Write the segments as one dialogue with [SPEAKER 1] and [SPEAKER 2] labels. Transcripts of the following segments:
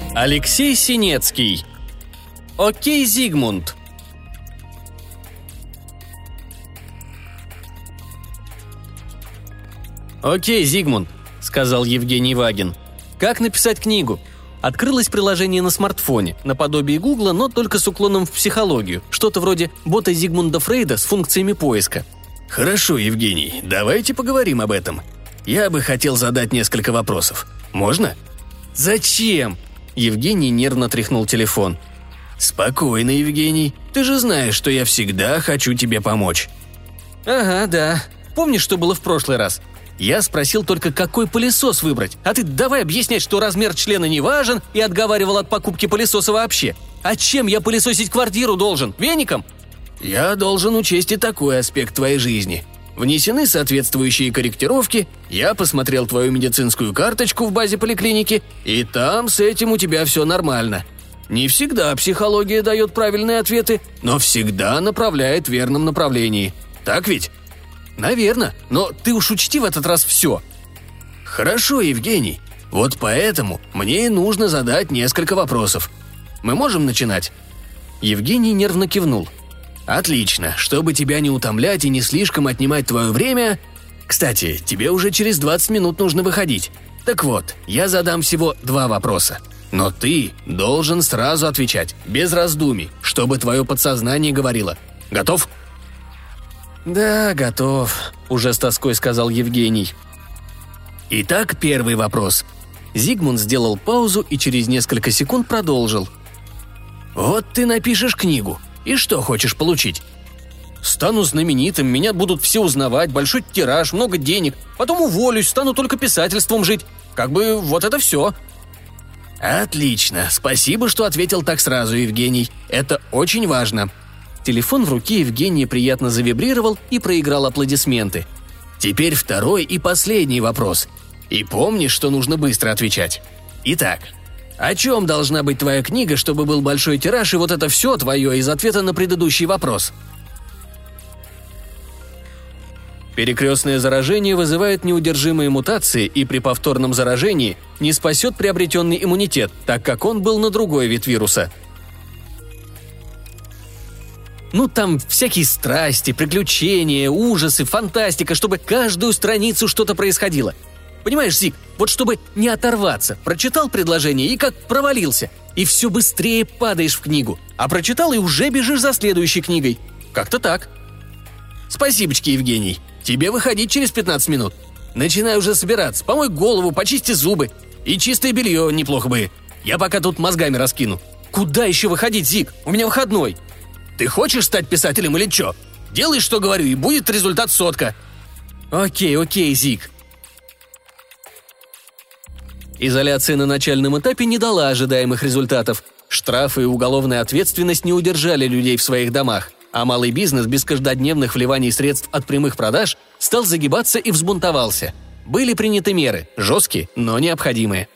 [SPEAKER 1] Алексей Синецкий. Окей, Зигмунд. «Окей, Зигмунд», — сказал Евгений Вагин. «Как написать книгу?» Открылось приложение на смартфоне, наподобие Гугла, но только с уклоном в психологию, что-то вроде бота Зигмунда Фрейда с функциями поиска.
[SPEAKER 2] «Хорошо, Евгений, давайте поговорим об этом. Я бы хотел задать несколько вопросов. Можно?»
[SPEAKER 1] «Зачем?» Евгений нервно тряхнул телефон.
[SPEAKER 2] «Спокойно, Евгений. Ты же знаешь, что я всегда хочу тебе помочь».
[SPEAKER 1] «Ага, да. Помнишь, что было в прошлый раз? Я спросил только, какой пылесос выбрать, а ты давай объяснять, что размер члена не важен, и отговаривал от покупки пылесоса вообще. А чем я пылесосить квартиру должен? Веником?»
[SPEAKER 2] «Я должен учесть и такой аспект твоей жизни. Внесены соответствующие корректировки, я посмотрел твою медицинскую карточку в базе поликлиники, и там с этим у тебя все нормально. Не всегда психология дает правильные ответы, но всегда направляет в верном направлении. Так ведь?»
[SPEAKER 1] «Наверно, но ты уж учти в этот раз все».
[SPEAKER 2] «Хорошо, Евгений. Вот поэтому мне и нужно задать несколько вопросов. Мы можем начинать?»
[SPEAKER 1] Евгений нервно кивнул.
[SPEAKER 2] «Отлично. Чтобы тебя не утомлять и не слишком отнимать твое время... Кстати, тебе уже через 20 минут нужно выходить. Так вот, я задам всего 2 вопроса. Но ты должен сразу отвечать, без раздумий, чтобы твое подсознание говорило. Готов?»
[SPEAKER 1] «Да, готов», – уже с тоской сказал Евгений.
[SPEAKER 2] «Итак, первый вопрос».
[SPEAKER 1] Зигмунд сделал паузу и через несколько секунд продолжил.
[SPEAKER 2] «Вот ты напишешь книгу. И что хочешь получить?»
[SPEAKER 1] «Стану знаменитым, меня будут все узнавать, большой тираж, много денег. Потом уволюсь, стану только писательством жить. Как бы вот это все».
[SPEAKER 2] «Отлично. Спасибо, что ответил так сразу, Евгений. Это очень важно».
[SPEAKER 1] Телефон в руке Евгения приятно завибрировал и проиграл аплодисменты.
[SPEAKER 2] «Теперь второй и последний вопрос. И помни, что нужно быстро отвечать. Итак, о чем должна быть твоя книга, чтобы был большой тираж, и вот это все твое из ответа на предыдущий вопрос?»
[SPEAKER 1] Перекрестное заражение вызывает неудержимые мутации и при повторном заражении не спасет приобретенный иммунитет, так как он был на другой вид вируса. Ну, там всякие страсти, приключения, ужасы, фантастика, чтобы каждую страницу что-то происходило. Понимаешь, Зик, вот чтобы не оторваться, прочитал предложение и как провалился, и все быстрее падаешь в книгу, а прочитал и уже бежишь за следующей книгой. Как-то так.
[SPEAKER 2] Спасибочки, Евгений. Тебе выходить через 15 минут. Начинай уже собираться, помой голову, почисти зубы. И чистое белье неплохо бы. Я пока тут мозгами раскину.
[SPEAKER 1] Куда еще выходить, Зик? У меня выходной.
[SPEAKER 2] Ты хочешь стать писателем или чё? Делай, что говорю, и будет результат 100.
[SPEAKER 1] Окей, Зик. Изоляция на начальном этапе не дала ожидаемых результатов. Штрафы и уголовная ответственность не удержали людей в своих домах, а малый бизнес без каждодневных вливаний средств от прямых продаж стал загибаться и взбунтовался. Были приняты меры, жесткие, но необходимые.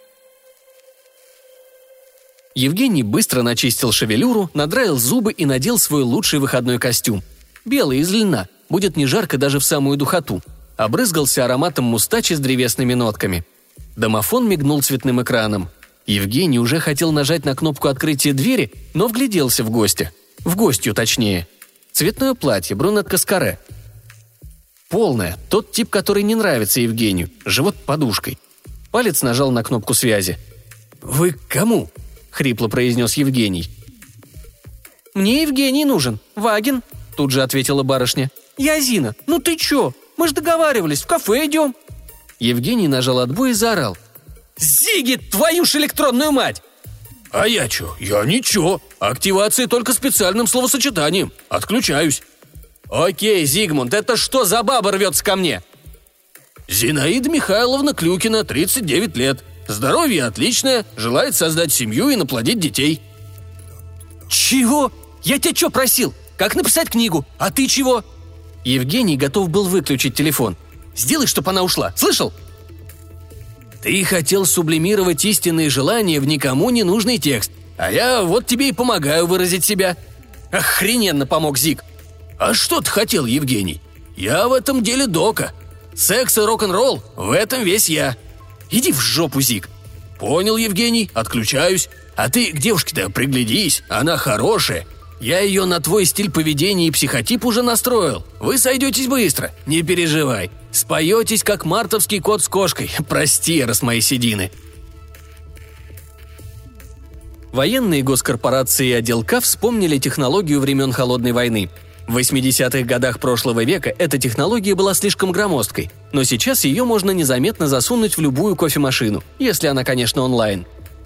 [SPEAKER 1] Евгений быстро начистил шевелюру, надраил зубы и надел свой лучший выходной костюм. Белый, из льна, будет не жарко даже в самую духоту. Обрызгался ароматом мустачи с древесными нотками. Домофон мигнул цветным экраном. Евгений уже хотел нажать на кнопку открытия двери, но вгляделся в гостя. В гостью, точнее. Цветное платье, брюнетка с каре. Полное, тот тип, который не нравится Евгению, живот подушкой. Палец нажал на кнопку связи.
[SPEAKER 2] «Вы к кому?»
[SPEAKER 1] — хрипло произнес Евгений. «Мне Евгений нужен. Вагин», — тут же ответила барышня. «Я Зина. Ну ты чё? Мы ж договаривались, в кафе идем». Евгений нажал отбой и заорал. «Зиги, твою ж электронную мать!»
[SPEAKER 2] «А я чё? Я ничего. Активация только специальным словосочетанием. Отключаюсь».
[SPEAKER 1] «Окей, Зигмунд, это что за баба рвется ко мне?»
[SPEAKER 2] «Зинаида Михайловна Клюкина, 39 лет. Здоровье отличное, желает создать семью и наплодить детей».
[SPEAKER 1] «Чего? Я тебя чё просил? Как написать книгу? А ты чего?» Евгений готов был выключить телефон. «Сделай, чтоб она ушла, слышал?»
[SPEAKER 2] «Ты хотел сублимировать истинные желания в никому не нужный текст, а я вот тебе и помогаю выразить себя».
[SPEAKER 1] «Охрененно помог, Зик!»
[SPEAKER 2] «А что ты хотел, Евгений? Я в этом деле дока. Секс и рок-н-ролл – в этом весь я».
[SPEAKER 1] «Иди в жопу, Зик!»
[SPEAKER 2] «Понял, Евгений, отключаюсь. А ты к девушке-то приглядись, она хорошая. Я ее на твой стиль поведения и психотип уже настроил. Вы сойдетесь быстро, не переживай. Споетесь, как мартовский кот с кошкой. Прости, раз мои седины».
[SPEAKER 1] Военные госкорпорации и отдел К вспомнили технологию времен Холодной войны. В 80-х годах прошлого века эта технология была слишком громоздкой, но сейчас ее можно незаметно засунуть в любую кофемашину, если она, конечно, онлайн.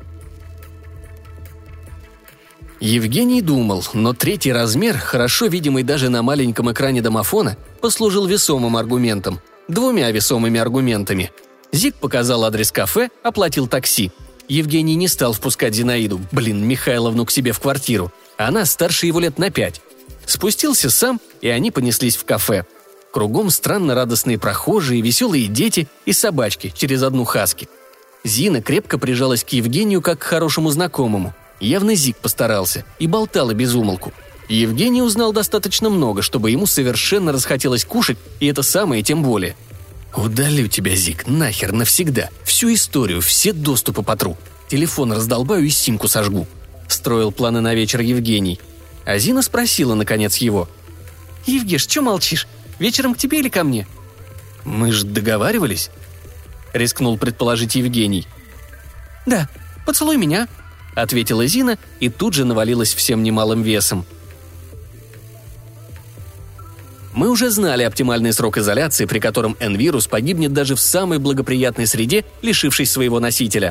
[SPEAKER 1] Евгений думал, но третий размер, хорошо видимый даже на маленьком экране домофона, послужил весомым аргументом. Двумя весомыми аргументами. Зик показал адрес кафе, оплатил такси. Евгений не стал впускать Зинаиду, Михайловну, к себе в квартиру. Она старше его лет на 5. Спустился сам, и они понеслись в кафе. Кругом странно радостные прохожие, веселые дети и собачки, через одну хаски. Зина крепко прижалась к Евгению как к хорошему знакомому. Явно Зик постарался и болтала без умолку. Евгений узнал достаточно много, чтобы ему совершенно расхотелось кушать, и это самое тем более. «Удалю тебя, Зик, нахер навсегда. Всю историю, все доступы потру. Телефон раздолбаю и симку сожгу», – строил планы на вечер Евгений. А Зина спросила, наконец, его. «Евгеш, чё молчишь? Вечером к тебе или ко мне?» «Мы ж договаривались», – рискнул предположить Евгений. «Да, поцелуй меня», – ответила Зина и тут же навалилась всем немалым весом. Мы уже знали оптимальный срок изоляции, при котором N-вирус погибнет даже в самой благоприятной среде, лишившись своего носителя.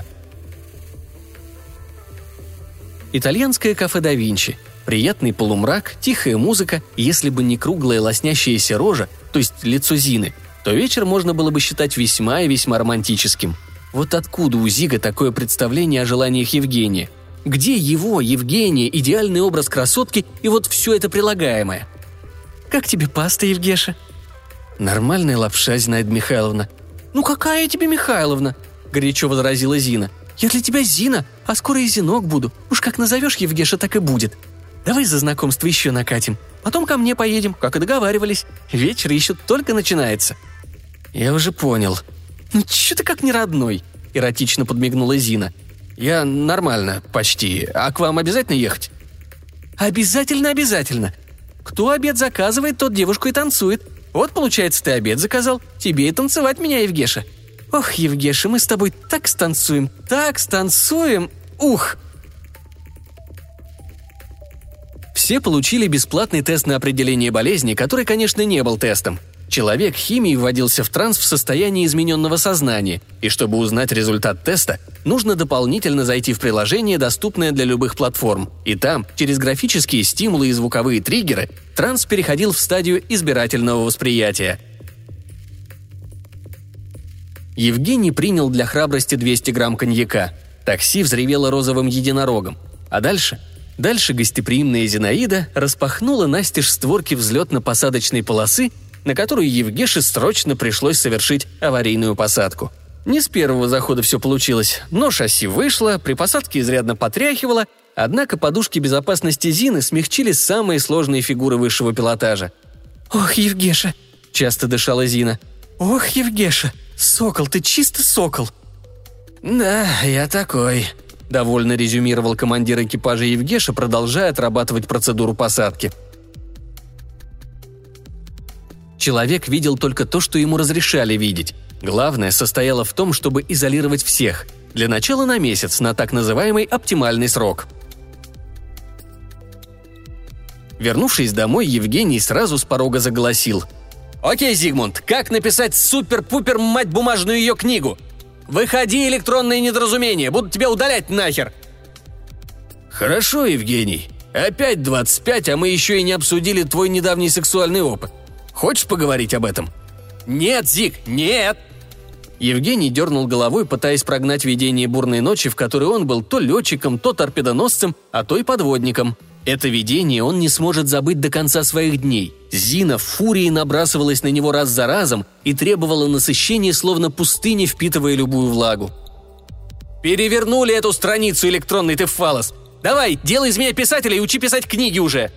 [SPEAKER 1] Итальянское кафе «Да Винчи». Приятный полумрак, тихая музыка, если бы не круглая лоснящаяся рожа, то есть лицо Зины, то вечер можно было бы считать весьма и весьма романтическим. Вот откуда у Зига такое представление о желаниях Евгения? Где его, Евгения, идеальный образ красотки и вот все это прилагаемое? «Как тебе паста, Евгеша?» «Нормальная лапша, Зинаида Михайловна». «Ну какая тебе Михайловна?» – горячо возразила Зина. «Я для тебя Зина, а скоро и Зинок буду. Уж как назовешь Евгеша, так и будет. Давай за знакомство еще накатим. Потом ко мне поедем, как и договаривались. Вечер еще только начинается». «Я уже понял». «Ну че ты как не родной?» – эротично подмигнула Зина. «Я нормально, почти. А к вам обязательно ехать?» «Обязательно, обязательно. Кто обед заказывает, тот девушку и танцует. Вот, получается, ты обед заказал, тебе и танцевать меня, Евгеша. Ох, Евгеша, мы с тобой так станцуем, ух!» Все получили бесплатный тест на определение болезни, который, конечно, не был тестом. Человек химией вводился в транс в состоянии измененного сознания, и чтобы узнать результат теста, нужно дополнительно зайти в приложение, доступное для любых платформ, и там, через графические стимулы и звуковые триггеры, транс переходил в стадию избирательного восприятия. Евгений принял для храбрости 200 грамм коньяка. Такси взревело розовым единорогом. А дальше гостеприимная Зинаида распахнула настежь створки взлетно-посадочной полосы, на которую Евгеше срочно пришлось совершить аварийную посадку. Не с первого захода все получилось, но шасси вышло, при посадке изрядно потряхивало, однако подушки безопасности Зины смягчили самые сложные фигуры высшего пилотажа. «Ох, Евгеша!» – часто дышала Зина. «Ох, Евгеша! Сокол, ты чисто сокол!» «Да, я такой», – довольно резюмировал командир экипажа Евгеша, продолжая отрабатывать процедуру посадки. Человек видел только то, что ему разрешали видеть. Главное состояло в том, чтобы изолировать всех. Для начала на месяц, на так называемый оптимальный срок. Вернувшись домой, Евгений сразу с порога заголосил. «Окей, Зигмунд, как написать супер-пупер, мать, бумажную ее книгу? Выходи, электронное недоразумение, буду тебя удалять нахер!»
[SPEAKER 2] «Хорошо, Евгений. Опять 25, а мы еще и не обсудили твой недавний сексуальный опыт. Хочешь поговорить об этом?»
[SPEAKER 1] «Нет, Зиг, нет!» Евгений дернул головой, пытаясь прогнать видение бурной ночи, в которой он был то летчиком, то торпедоносцем, а то и подводником. Это видение он не сможет забыть до конца своих дней. Зина в фурии набрасывалась на него раз за разом и требовала насыщения, словно пустыня, впитывая любую влагу. «Перевернули эту страницу, электронный ты фалос! Давай, делай из меня писателя и учи писать книги уже!»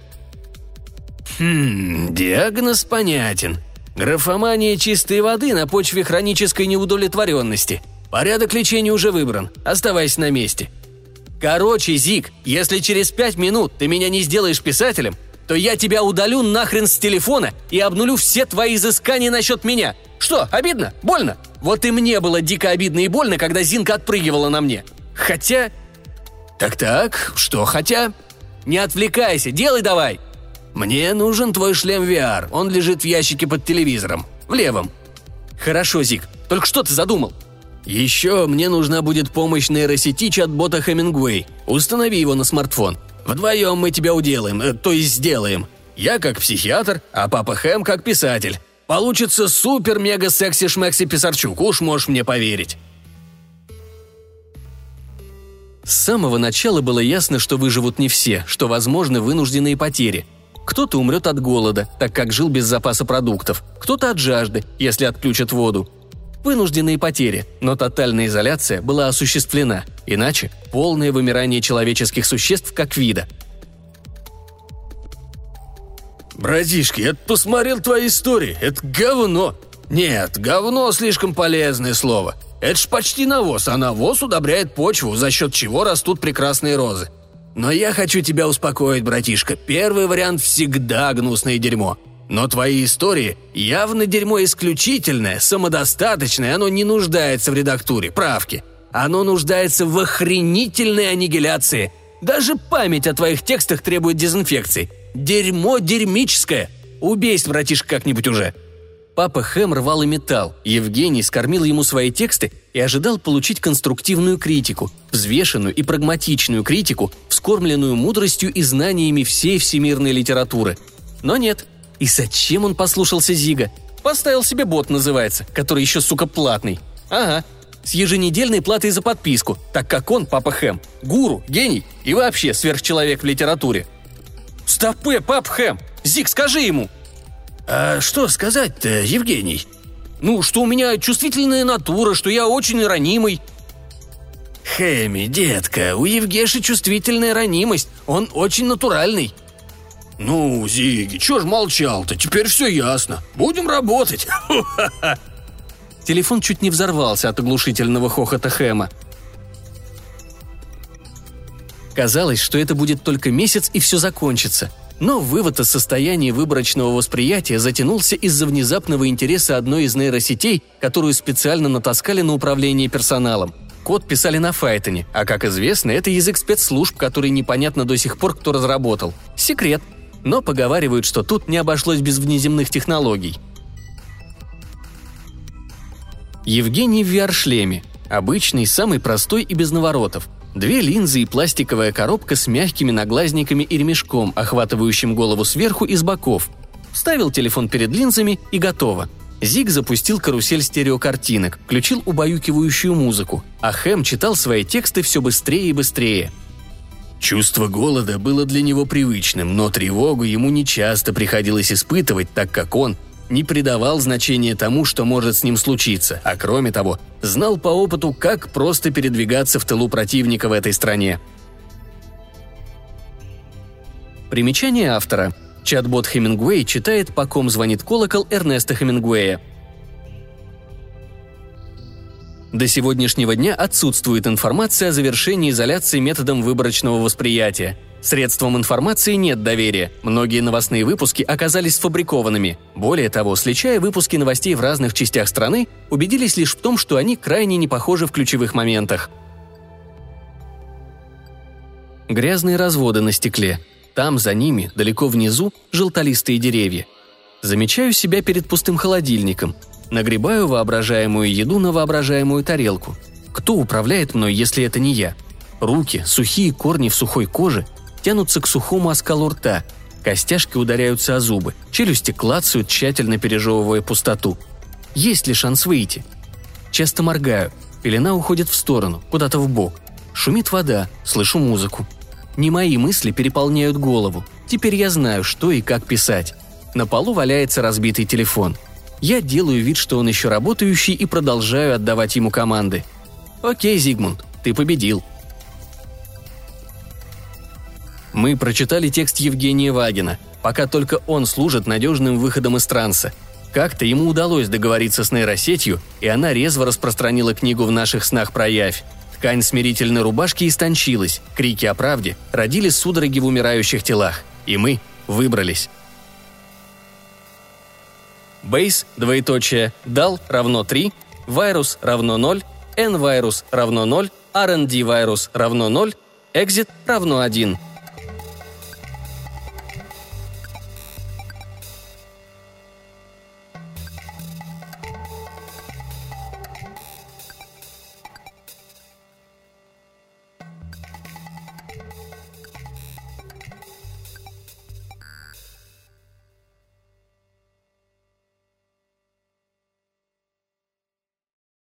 [SPEAKER 2] Диагноз понятен. Графомания чистой воды на почве хронической неудовлетворенности. Порядок лечения уже выбран. Оставайся на месте. Короче, Зик, если через 5 минут ты меня не сделаешь писателем, то я тебя удалю нахрен с телефона и обнулю все твои изыскания насчет меня. Что, обидно? Больно? Вот и мне было дико обидно и больно, когда Зинка отпрыгивала на мне. Хотя... Так, что хотя? Не отвлекайся, делай давай. Мне нужен твой шлем VR, он лежит в ящике под телевизором, в левом. Хорошо, Зик, только что ты задумал? Еще мне нужна будет помощь нейросети чат-бота Хемингуэй. Установи его на смартфон. Вдвоем мы тебя уделаем, то есть сделаем. Я как психиатр, а папа Хэм как писатель. Получится супер-мега-секси-шмекси-писарчук, уж можешь мне поверить.
[SPEAKER 1] С самого начала было ясно, что выживут не все, что возможны вынужденные потери. Кто-то умрет от голода, так как жил без запаса продуктов, кто-то от жажды, если отключат воду. Вынужденные потери, но тотальная изоляция была осуществлена, иначе полное вымирание человеческих существ как вида.
[SPEAKER 2] «Братишка, я посмотрел твои истории, это говно!» «Нет, говно слишком полезное слово. Это ж почти навоз, а навоз удобряет почву, за счет чего растут прекрасные розы. Но я хочу тебя успокоить, братишка, первый вариант всегда гнусное дерьмо. Но твои истории явно дерьмо исключительное, самодостаточное, оно не нуждается в редактуре, правки. Оно нуждается в охренительной аннигиляции. Даже память о твоих текстах требует дезинфекции. Дерьмо дерьмическое. Убейся, братишка, как-нибудь уже».
[SPEAKER 1] Папа Хэм рвал и металл, Евгений скормил ему свои тексты и ожидал получить конструктивную критику, взвешенную и прагматичную критику, вскормленную мудростью и знаниями всей всемирной литературы. Но нет. И зачем он послушался Зига? Поставил себе бот, называется, который еще, сука, платный. Ага, с еженедельной платой за подписку, так как он, папа Хэм, гуру, гений и вообще сверхчеловек в литературе. «Стопэ, пап Хэм! Зиг, скажи ему!»
[SPEAKER 2] «А что сказать-то, Евгений?»
[SPEAKER 1] «Ну, что у меня чувствительная натура, что я очень ранимый».
[SPEAKER 2] «Хэми, детка, у Евгеши чувствительная ранимость, он очень натуральный». «Ну, Зиги, чё ж молчал-то? Теперь все ясно. Будем работать!»
[SPEAKER 1] Телефон чуть не взорвался от оглушительного хохота Хэма. Казалось, что это будет только месяц и все закончится. Но вывод из состояния выборочного восприятия затянулся из-за внезапного интереса одной из нейросетей, которую специально натаскали на управление персоналом. Код писали на Файтоне, а, как известно, это язык спецслужб, который непонятно до сих пор, кто разработал. Секрет. Но поговаривают, что тут не обошлось без внеземных технологий. Евгений в VR-шлеме. Обычный, самый простой и без наворотов. 2 линзы и пластиковая коробка с мягкими наглазниками и ремешком, охватывающим голову сверху и с боков. Вставил телефон перед линзами и готово. Зиг запустил карусель стереокартинок, включил убаюкивающую музыку, а Хэм читал свои тексты все быстрее и быстрее.
[SPEAKER 2] Чувство голода было для него привычным, но тревогу ему нечасто приходилось испытывать, так как он не придавал значения тому, что может с ним случиться, а кроме того, знал по опыту, как просто передвигаться в тылу противника в этой стране.
[SPEAKER 1] Примечание автора. Чат-бот Хемингуэй читает «По ком звонит колокол» Эрнеста Хемингуэя. До сегодняшнего дня отсутствует информация о завершении изоляции методом выборочного восприятия. Средствам информации нет доверия. Многие новостные выпуски оказались сфабрикованными. Более того, сличая выпуски новостей в разных частях страны, убедились лишь в том, что они крайне не похожи в ключевых моментах. Грязные разводы на стекле. Там, за ними, далеко внизу, желтолистые деревья. Замечаю себя перед пустым холодильником. Нагребаю воображаемую еду на воображаемую тарелку. Кто управляет мной, если это не я? Руки, сухие корни в сухой коже, тянутся к сухому оскалу рта. Костяшки ударяются о зубы, челюсти клацают, тщательно пережевывая пустоту. Есть ли шанс выйти? Часто моргаю. Пелена уходит в сторону, куда-то вбок. Шумит вода, слышу музыку. Не мои мысли переполняют голову. Теперь я знаю, что и как писать. На полу валяется разбитый телефон. Я делаю вид, что он еще работающий, и продолжаю отдавать ему команды. «Окей, Зигмунд, ты победил». Мы прочитали текст Евгения Вагина, пока только он служит надежным выходом из транса. Как-то ему удалось договориться с нейросетью, и она резво распространила книгу в наших снах про явь. Ткань смирительной рубашки истончилась, крики о правде родили судороги в умирающих телах, и мы выбрались. Base, dal равно 3, virus равно 0, nvirus равно 0, rnd virus равно 0, exit равно 1.